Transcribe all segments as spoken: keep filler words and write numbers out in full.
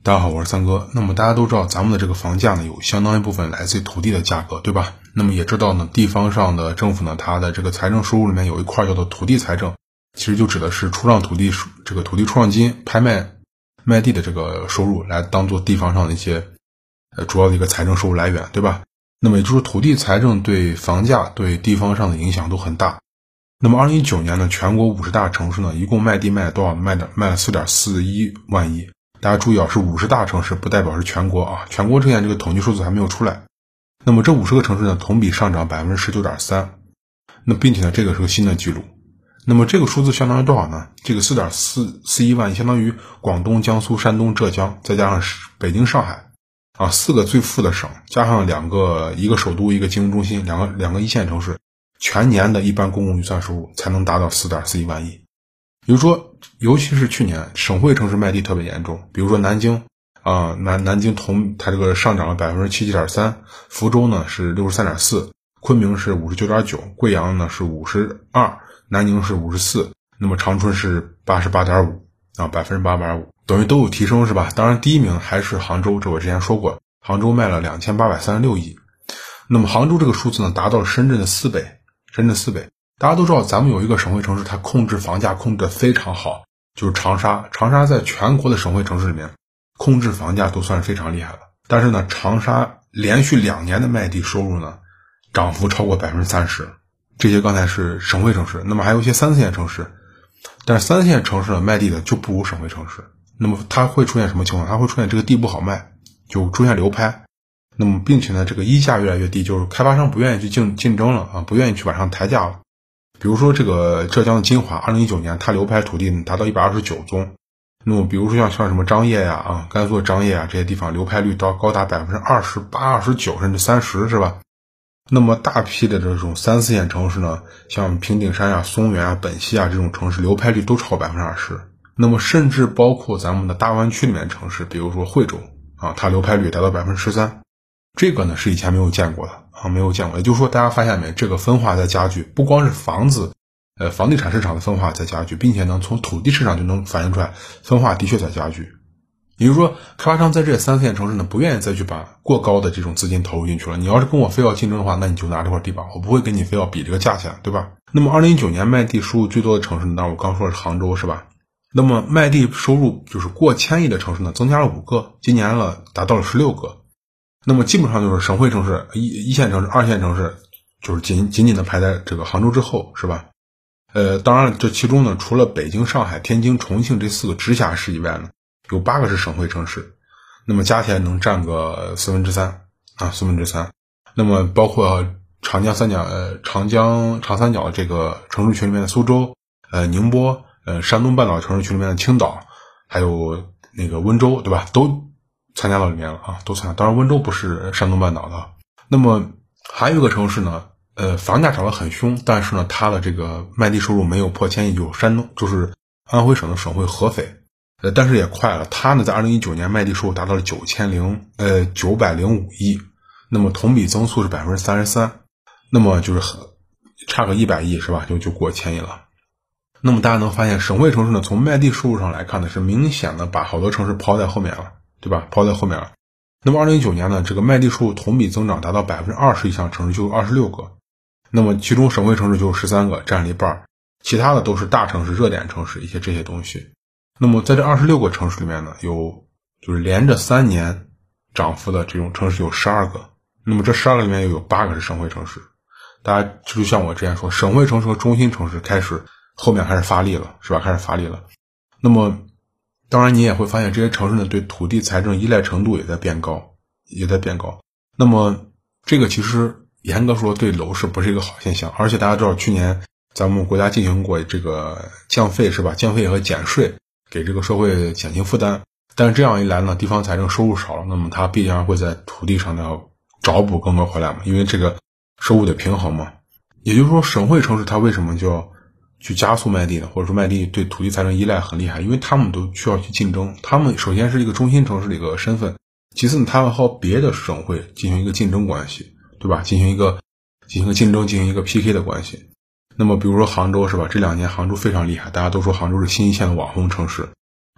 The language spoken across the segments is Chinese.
大家好，我是三哥。那么大家都知道，咱们的这个房价呢，有相当一部分来自于土地的价格，对吧？那么也知道呢，地方上的政府呢，它的这个财政收入里面有一块叫做土地财政，其实就指的是出让土地这个土地出让金、拍卖卖地的这个收入，来当做地方上的一些呃主要的一个财政收入来源，对吧？那么也就是土地财政对房价、对地方上的影响都很大。那么二零一九年呢，全国五十大城市呢，一共卖地卖了多少？卖的卖了 四点四一万亿。大家注意啊，是五十大城市，不代表是全国啊。全国之前这个统计数字还没有出来。那么这五十个城市呢，同比上涨 百分之十九点三。那并且呢，这个是个新的记录。那么这个数字相当于多少呢？这个 四点四四一万亿相当于广东、江苏、山东、浙江，再加上北京、上海啊，四个最富的省，加上两个一个首都、一个金融中心，两个两个一线城市，全年的一般公共预算收入才能达到 四点四一万亿。比如说，尤其是去年省会城市卖地特别严重，比如说南京啊、呃，南南京同它这个上涨了 百分之七十七点三， 福州呢是 六十三点四， 昆明是 五十九点九， 贵阳呢是五十二，南宁是五十四，那么长春是 八十八点五 啊 百分之八十五， 等于都有提升是吧？当然第一名还是杭州，这我之前说过，杭州卖了两千八百三十六亿。那么杭州这个数字呢，达到了深圳的四倍，深圳四倍。大家都知道，咱们有一个省会城市，它控制房价控制得非常好，就是长沙。长沙在全国的省会城市里面，控制房价都算是非常厉害了。但是呢，长沙连续两年的卖地收入呢，涨幅超过 百分之三十。这些刚才是省会城市，那么还有一些三四线城市，但是三四线城市呢，卖地的就不如省会城市。那么它会出现什么情况？它会出现这个地不好卖，就出现流拍。那么并且呢，这个溢价越来越低，就是开发商不愿意去竞竞争了啊，不愿意去往上抬价了。比如说这个浙江的金华，二零一九年它流拍土地达到一百二十九宗。那么比如说像像什么张掖呀啊，甘肃的张掖啊这些地方流拍率到高达 百分之二十八、二十九 甚至三十是吧？那么大批的这种三四线城市呢，像平顶山啊、松原啊、本溪啊这种城市流拍率都超 百分之二十。那么甚至包括咱们的大湾区里面的城市，比如说惠州啊，它流拍率达到 百分之十三。这个呢是以前没有见过的啊，没有见过。也就是说，大家发现没，这个分化在加剧，不光是房子，呃，房地产市场的分化在加剧，并且呢，从土地市场就能反映出来，分化的确在加剧。也就是说，开发商在这三四线城市呢，不愿意再去把过高的这种资金投入进去了。你要是跟我非要竞争的话，那你就拿这块地吧，我不会跟你非要比这个价钱，对吧？那么，二零一九年卖地收入最多的城市呢，当然我刚说的是杭州，是吧？那么卖地收入就是过千亿的城市呢，增加了五个，今年了达到了十六个。那么基本上就是省会城市、一一线城市、二线城市，就是紧紧紧的排在这个杭州之后，是吧？呃，当然这其中呢，除了北京、上海、天津、重庆这四个直辖市以外呢，有八个是省会城市，那么加起来能占个四分之三啊，四分之三。那么包括长江三角、呃长江长三角这个城市群里面的苏州、呃宁波、呃山东半岛城市群里面的青岛，还有那个温州，对吧？都参加到里面了啊，都参加。当然温州不是山东半岛的。那么还有一个城市呢，呃房价涨得很凶，但是呢它的这个卖地收入没有破千亿，就是山东，就是安徽省的省会合肥。呃但是也快了，它呢在二零一九年卖地收入达到了九千零呃九百零五亿，那么同比增速是 百分之三十三， 那么就是很差个一百亿是吧，就就过千亿了。那么大家能发现省会城市呢，从卖地收入上来看呢，是明显的把好多城市抛在后面了，对吧？抛在后面了。那么二零一九年呢，这个卖地收入同比增长达到 百分之二十 以上城市就有二十六个，那么其中省会城市就有十三个，占了一半，其他的都是大城市、热点城市一些这些东西。那么在这二十六个城市里面呢，有就是连着三年涨幅的这种城市有十二个，那么这十二个里面又有八个是省会城市。大家就像我之前说，省会城市和中心城市开始后面开始发力了，是吧？开始发力了。那么当然你也会发现这些城市呢对土地财政依赖程度也在变高，也在变高。那么这个其实严格说对楼市不是一个好现象，而且大家知道去年咱们国家进行过这个降费，是吧？降费和减税，给这个社会减轻负担。但是这样一来呢，地方财政收入少了，那么它必然会在土地上要找补更多回来嘛，因为这个收入得平衡嘛。也就是说省会城市它为什么就要去加速卖地呢？或者说卖地对土地财政依赖很厉害，因为他们都需要去竞争，他们首先是一个中心城市的一个身份，其次呢他们和别的省会进行一个竞争关系，对吧？进行一个进行一个竞争，进行一个 P K 的关系。那么比如说杭州，是吧？这两年杭州非常厉害，大家都说杭州是新一线的网红城市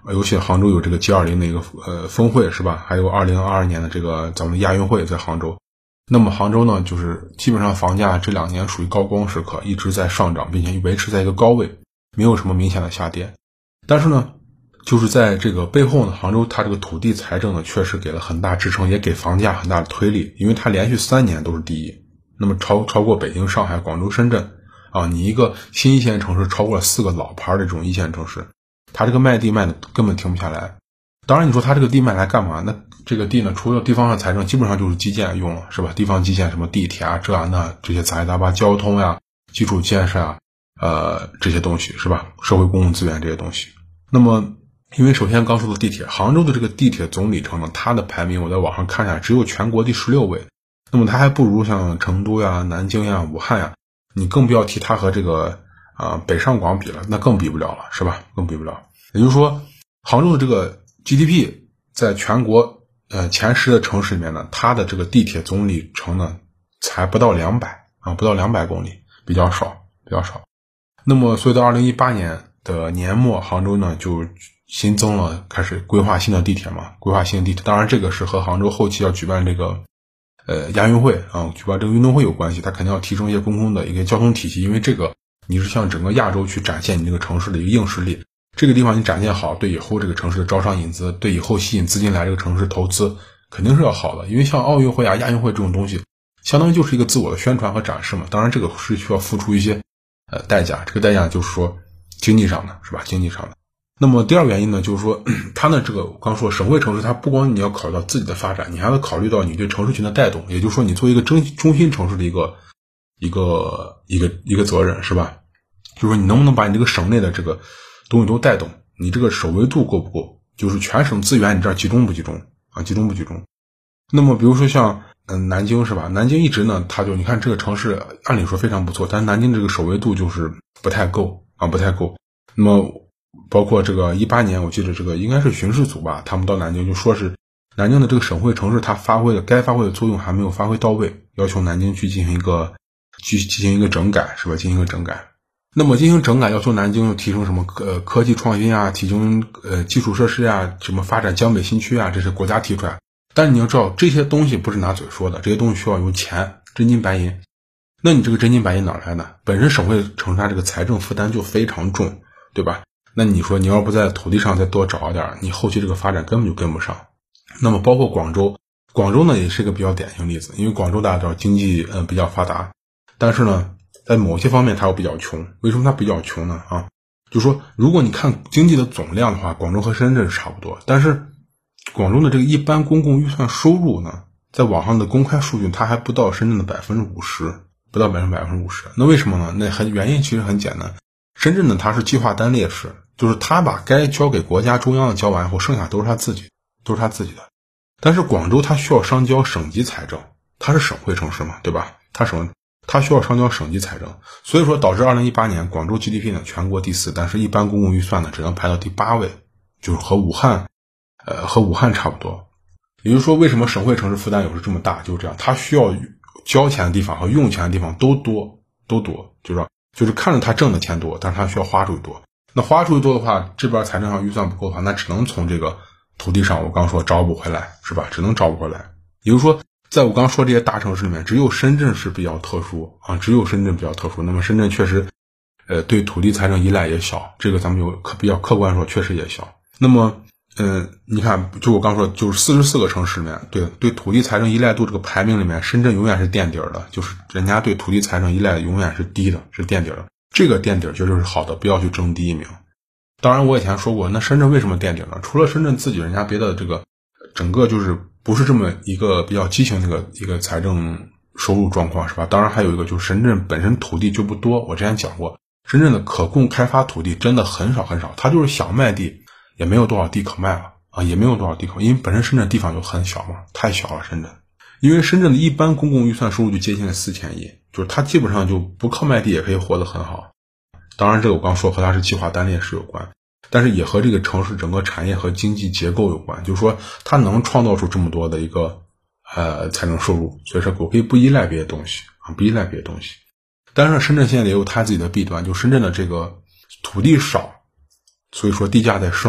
尤其杭州有这个 G 二十 的一个呃峰会是吧？还有二零二二年的这个咱们的亚运会在杭州。那么杭州呢，就是基本上房价这两年属于高光时刻，一直在上涨，并且维持在一个高位，没有什么明显的下跌。但是呢，就是在这个背后呢，杭州它这个土地财政呢，确实给了很大支撑，也给房价很大的推力，因为它连续三年都是第一，那么超超过北京、上海、广州、深圳啊，你一个新一线城市超过了四个老牌的这种一线城市，它这个卖地卖的根本停不下来。当然你说它这个地卖来干嘛？那这个地呢，除了地方上财政，基本上就是基建用了，是吧？地方基建什么地铁啊、这啊那这些杂七杂八交通呀、基础建设啊，呃这些东西是吧？社会公共资源这些东西。那么因为首先刚说的地铁，杭州的这个地铁总里程呢，它的排名我在网上看下来只有全国第十六位，那么它还不如像成都呀、南京呀、武汉呀，你更不要提它和这个啊、呃、北上广比了，那更比不了了，是吧？更比不了。也就是说，杭州的这个 G D P 在全国呃前十的城市里面呢，它的这个地铁总里程呢才不到两百啊，不到两百公里，比较少，比较少。那么所以到二零一八年的年末，杭州呢就新增了，开始规划新的地铁嘛，规划新的地铁。当然这个是和杭州后期要举办这个呃亚运会啊，举办这个运动会有关系，它肯定要提升一些公共的一个交通体系，因为这个你是向整个亚洲去展现你这个城市的一个硬实力。这个地方你展现好，对以后这个城市的招商引资，对以后吸引资金来这个城市投资肯定是要好的。因为像奥运会啊、亚运会这种东西，相当于就是一个自我的宣传和展示嘛。当然这个是需要付出一些呃代价，这个代价就是说经济上的，是吧？经济上的。那么第二原因呢，就是说它呢这个我刚说省会城市，它不光你要考虑到自己的发展，你还要考虑到你对城市群的带动，也就是说你作为一个中中心城市的一个一个一个一个责任，是吧？就是说你能不能把你这个省内的这个东西都带动，你这个首维度够不够，就是全省资源你这儿集中不集中啊？集中不集中。那么比如说像嗯、呃、南京是吧？南京一直呢它就你看这个城市按理说非常不错，但是南京这个首维度就是不太够啊，不太够。那么包括这个一八年我记得这个应该是巡视组吧，他们到南京就说是南京的这个省会城市它发挥的该发挥的作用还没有发挥到位，要求南京去进行一个去进行一个整改，是吧？进行一个整改。那么进行整改，要求南京提升什么呃科技创新啊，提升呃基础设施啊，什么发展江北新区啊，这是国家提出来。但是你要知道这些东西不是拿嘴说的，这些东西需要有钱，真金白银。那你这个真金白银哪来呢？本身省会城市它这个财政负担就非常重，对吧？那你说你要不在土地上再多找一点，你后期这个发展根本就跟不上。那么包括广州，广州呢也是一个比较典型例子，因为广州大家知道经济呃比较发达，但是呢在某些方面它又比较穷。为什么它比较穷呢？啊，就是说如果你看经济的总量的话，广州和深圳是差不多，但是广州的这个一般公共预算收入呢，在网上的公开数据它还不到深圳的 百分之五十， 不到百分之五十。那为什么呢？那很原因其实很简单，深圳呢它是计划单列式，就是他把该交给国家中央的交完以后，剩下都是他自己都是他自己的。但是广州它需要上交省级财政，它是省会城市嘛，对吧？它省它需要上交省级财政，所以说导致二零一八年广州 G D P 呢全国第四，但是一般公共预算呢只能排到第八位，就是和武汉呃和武汉差不多。也就是说为什么省会城市负担有时这么大，就是这样，它需要交钱的地方和用钱的地方都多都多，就是说就是看着它挣的钱多，但是它需要花出去多。那花出去多的话，这边财政上预算不够的话，那只能从这个土地上我刚说找补回来，是吧？只能找补回来。也就是说在我刚说这些大城市里面，只有深圳是比较特殊啊，只有深圳比较特殊。那么深圳确实呃对土地财政依赖也小，这个咱们有可比较客观说确实也小。那么嗯，你看就我刚说就是四十四个城市里面，对对土地财政依赖度这个排名里面，深圳永远是垫底的，就是人家对土地财政依赖永远是低的，是垫底的。这个垫底绝对是好的，不要去争第一名。当然我以前说过，那深圳为什么垫底呢？除了深圳自己人家别的这个整个就是不是这么一个比较畸形的一个一个财政收入状况，是吧？当然还有一个就是深圳本身土地就不多，我之前讲过，深圳的可供开发土地真的很少很少，它就是想卖地也没有多少地可卖了啊，也没有多少地可，因为本身深圳地方就很小嘛，太小了深圳。因为深圳的一般公共预算收入就接近了四千亿，就是它基本上就不靠卖地也可以活得很好。当然这个我刚说和它是计划单列式有关，但是也和这个城市整个产业和经济结构有关，就是说它能创造出这么多的一个呃财政收入，所以说我可以不依赖别的东西啊，不依赖别的东西。但是深圳现在也有它自己的弊端，就深圳的这个土地少，所以说地价在升。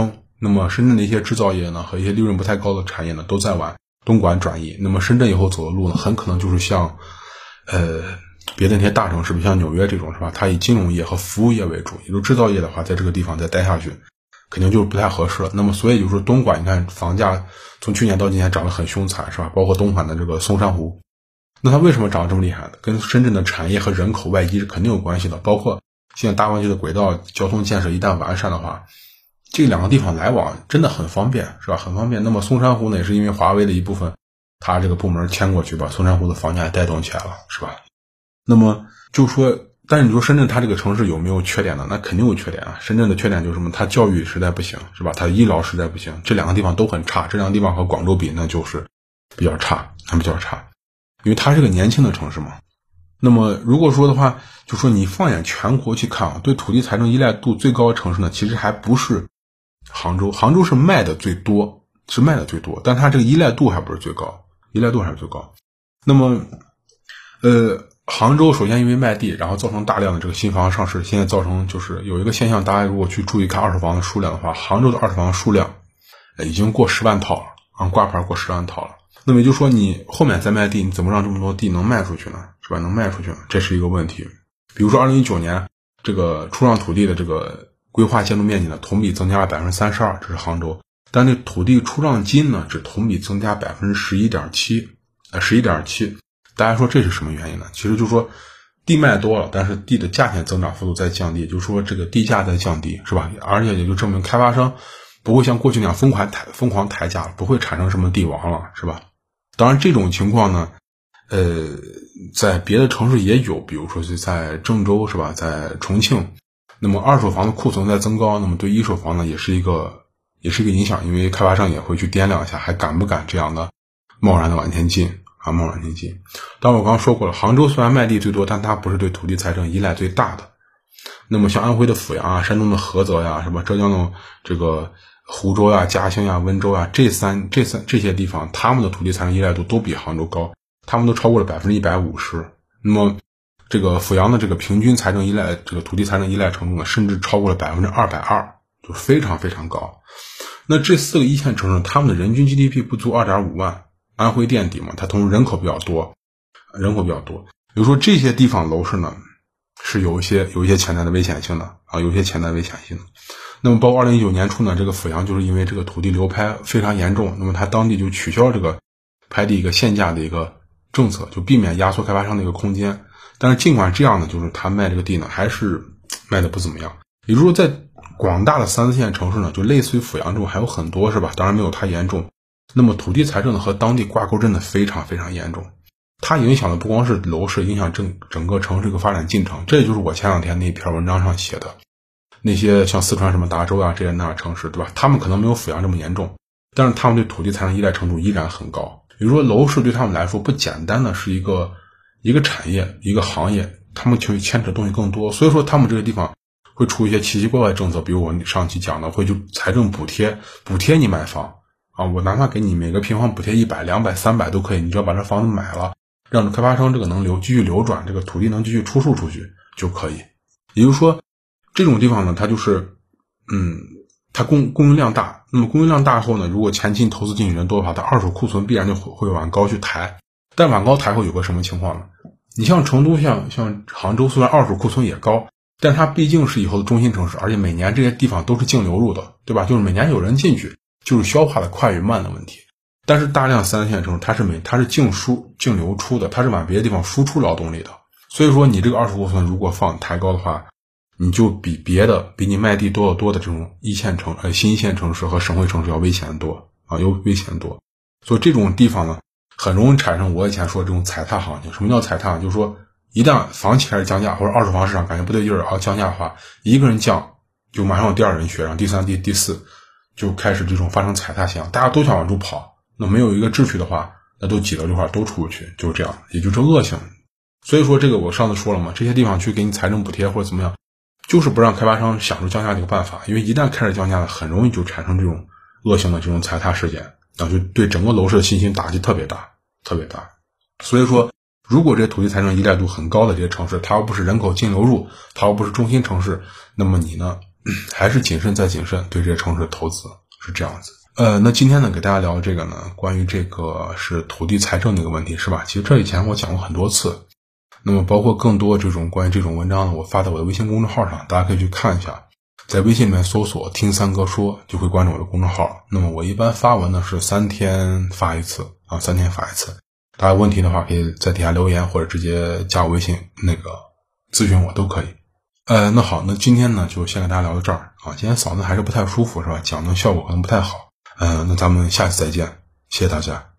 那么深圳的一些制造业呢和一些利润不太高的产业呢都在往东莞转移。那么深圳以后走的路呢，很可能就是像呃别的那些大城市，比如像纽约这种是吧，它以金融业和服务业为主，也就是制造业的话在这个地方再待下去肯定就是不太合适了。那么所以就是说东莞你看房价从去年到今年涨得很凶残是吧，包括东莞的这个松山湖，那它为什么涨得这么厉害呢？跟深圳的产业和人口外移是肯定有关系的，包括现在大湾区的轨道交通建设一旦完善的话，这两个地方来往真的很方便是吧，很方便。那么松山湖呢也是因为华为的一部分它这个部门迁过去，把松山湖的房价也带动起来了是吧。那么就说但是你说深圳它这个城市有没有缺点呢？那肯定有缺点啊。深圳的缺点就是什么？它教育实在不行是吧，它医疗实在不行，这两个地方都很差，这两个地方和广州比那就是比较差，还比较差，因为它是个年轻的城市嘛。那么如果说的话，就说你放眼全国去看啊，对土地财政依赖度最高的城市呢，其实还不是杭州，杭州是卖的最多，是卖的最多，但它这个依赖度还不是最高，依赖度还是最高。那么呃杭州首先因为卖地，然后造成大量的这个新房上市，现在造成就是有一个现象，大家如果去注意看二手房的数量的话，杭州的二手房数量已经过十万套了啊，挂牌过十万套了。那么也就是说你后面再卖地，你怎么让这么多地能卖出去呢？是吧？能卖出去呢？这是一个问题。比如说二零一九年这个出让土地的这个规划建筑面积呢，同比增加了 百分之三十二， 这是杭州。但这土地出让金呢，只同比增加 百分之十一点七， 呃 十一点七。大家说这是什么原因呢？其实就是说地卖多了，但是地的价钱增长幅度在降低，就是说这个地价在降低是吧？而且也就证明开发商不会像过去那样疯狂抬疯狂抬价了，不会产生什么地王了是吧？当然这种情况呢呃，在别的城市也有，比如说是在郑州是吧，在重庆，那么二手房的库存在增高，那么对一手房呢也是一个也是一个影响，因为开发商也会去掂量一下还敢不敢这样的贸然的往前进啊，贸然前进。当然我刚刚说过了，杭州虽然卖地最多，但它不是对土地财政依赖最大的。那么像安徽的阜阳啊，山东的菏泽呀，是吧，浙江的这个湖州呀、嘉兴呀、温州呀，这三这三这些地方，他们的土地财政依赖度都比杭州高，他们都超过了 百分之一百五十。那么这个阜阳的这个平均财政依赖这个土地财政依赖程度呢，甚至超过了 百分之二百二十， 就非常非常高。那这四个一线城市他们的人均 G D P 不足 二点五万，安徽垫底嘛，它同时人口比较多，人口比较多。比如说这些地方楼市呢是有一些有一些潜在的危险性的啊，有一些潜在危险性的。那么包括二零一九年初呢，这个阜阳就是因为这个土地流拍非常严重，那么它当地就取消这个拍地一个限价的一个政策，就避免压缩开发商的一个空间。但是尽管这样呢，就是他卖这个地呢还是卖的不怎么样。也就是说在广大的三四线城市呢，就类似于阜阳这种还有很多是吧，当然没有它严重。那么土地财政呢和当地挂钩真的非常非常严重，它影响的不光是楼市，影响整整个城市一个发展进程。这也就是我前两天那篇文章上写的，那些像四川什么达州啊这些那样城市，对吧？他们可能没有阜阳这么严重，但是他们对土地财政依赖程度依然很高。比如说楼市对他们来说不简单的是一个一个产业一个行业，他们去牵扯的东西更多，所以说他们这个地方会出一些奇奇怪怪的政策。比如我上期讲的会就财政补贴补贴你买房啊，我哪怕给你每个平方补贴一百、两百、三百都可以，你只要把这房子买了，让开发商这个能流继续流转，这个土地能继续出售出去就可以。也就是说这种地方呢，它就是嗯它供供应量大，那么供应量大后呢，如果前期投资进去人多的话，它二手库存必然就会会往高去抬。但往高抬后有个什么情况呢？你像成都像像杭州，虽然二手库存也高，但它毕竟是以后的中心城市，而且每年这些地方都是净流入的，对吧？就是每年有人进去，就是消化的快与慢的问题。但是大量三线城市它是每它是净输净流出的，它是往别的地方输出劳动力的。所以说你这个二手库存如果放抬高的话，你就比别的比你卖地多得多的这种一线城呃新一线城市和省会城市要危险多啊，要危险多。所以这种地方呢很容易产生我以前说的这种踩踏行情。什么叫踩踏？就是说一旦房企开始降价，或者二手房市场感觉不对劲儿啊降价的话，一个人降就马上有第二人学，然后第三第第四就开始这种发生踩踏现象，大家都想往出跑，那没有一个秩序的话，那都挤到这块都出不去，就是这样，也就是恶性。所以说这个我上次说了嘛，这些地方去给你财政补贴或者怎么样，就是不让开发商想出降价这个办法，因为一旦开始降价了，很容易就产生这种恶性的这种踩踏事件，然后就对整个楼市的信心打击特别大特别大。所以说如果这些土地财政依赖度很高的这些城市，它又不是人口净流入，它又不是中心城市，那么你呢还是谨慎再谨慎对这些城市的投资是这样子。呃，那今天呢，给大家聊这个呢，关于这个是土地财政的一个问题，是吧？其实这以前我讲过很多次，那么包括更多这种关于这种文章呢，我发在我的微信公众号上，大家可以去看一下。在微信里面搜索听三哥说，就会关注我的公众号。那么我一般发文呢是三天发一次啊，三天发一次。大家有问题的话，可以在底下留言或者直接加我微信那个咨询我都可以。呃，那好，那今天呢就先跟大家聊到这儿啊。今天嗓子还是不太舒服，是吧？讲的效果可能不太好。呃，那咱们下次再见，谢谢大家。